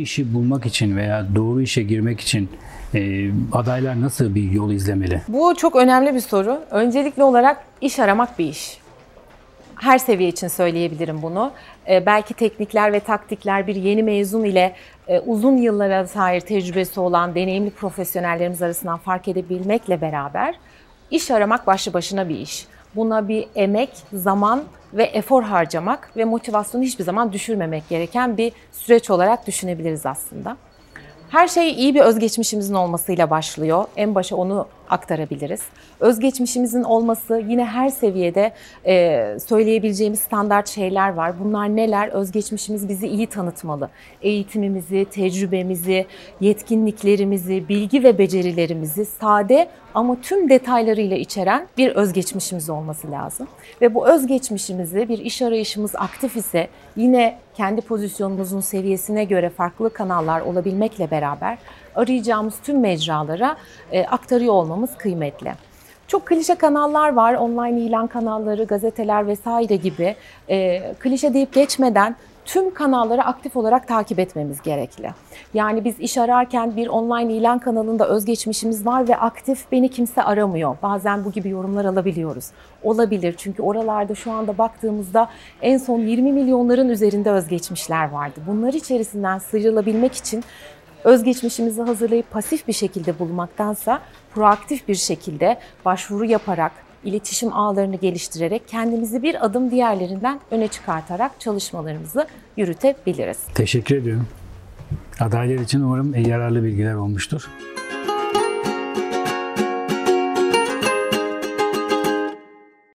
işi bulmak için veya doğru işe girmek için adaylar nasıl bir yol izlemeli? Bu çok önemli bir soru. Öncelikli olarak iş aramak bir iş. Her seviye için söyleyebilirim bunu. Belki teknikler ve taktikler bir yeni mezun ile uzun yıllara dair tecrübesi olan deneyimli profesyonellerimiz arasından fark edebilmekle beraber iş aramak başlı başına bir iş. Buna bir emek, zaman ve efor harcamak ve motivasyonu hiçbir zaman düşürmemek gereken bir süreç olarak düşünebiliriz aslında. Her şey iyi bir özgeçmişimizin olmasıyla başlıyor. En başa onu aktarabiliriz. Özgeçmişimizin olması yine her seviyede söyleyebileceğimiz standart şeyler var. Bunlar neler? Özgeçmişimiz bizi iyi tanıtmalı. Eğitimimizi, tecrübemizi, yetkinliklerimizi, bilgi ve becerilerimizi sade ama tüm detaylarıyla içeren bir özgeçmişimiz olması lazım. Ve bu özgeçmişimizi bir iş arayışımız aktif ise yine kendi pozisyonumuzun seviyesine göre farklı kanallar olabilmekle beraber arayacağımız tüm mecralara aktarıyor olmamız kıymetli. Çok klişe kanallar var, online ilan kanalları, gazeteler vesaire gibi. Klişe deyip geçmeden tüm kanalları aktif olarak takip etmemiz gerekli. Yani biz iş ararken bir online ilan kanalında özgeçmişimiz var ve aktif beni kimse aramıyor. Bazen bu gibi yorumlar alabiliyoruz. Olabilir çünkü oralarda şu anda baktığımızda en son 20 milyonların üzerinde özgeçmişler vardı. Bunlar içerisinden sıyrılabilmek için özgeçmişimizi hazırlayıp pasif bir şekilde bulmaktansa proaktif bir şekilde başvuru yaparak, iletişim ağlarını geliştirerek kendimizi bir adım diğerlerinden öne çıkartarak çalışmalarımızı yürütebiliriz. Teşekkür ediyorum. Adaylar için umarım yararlı bilgiler olmuştur.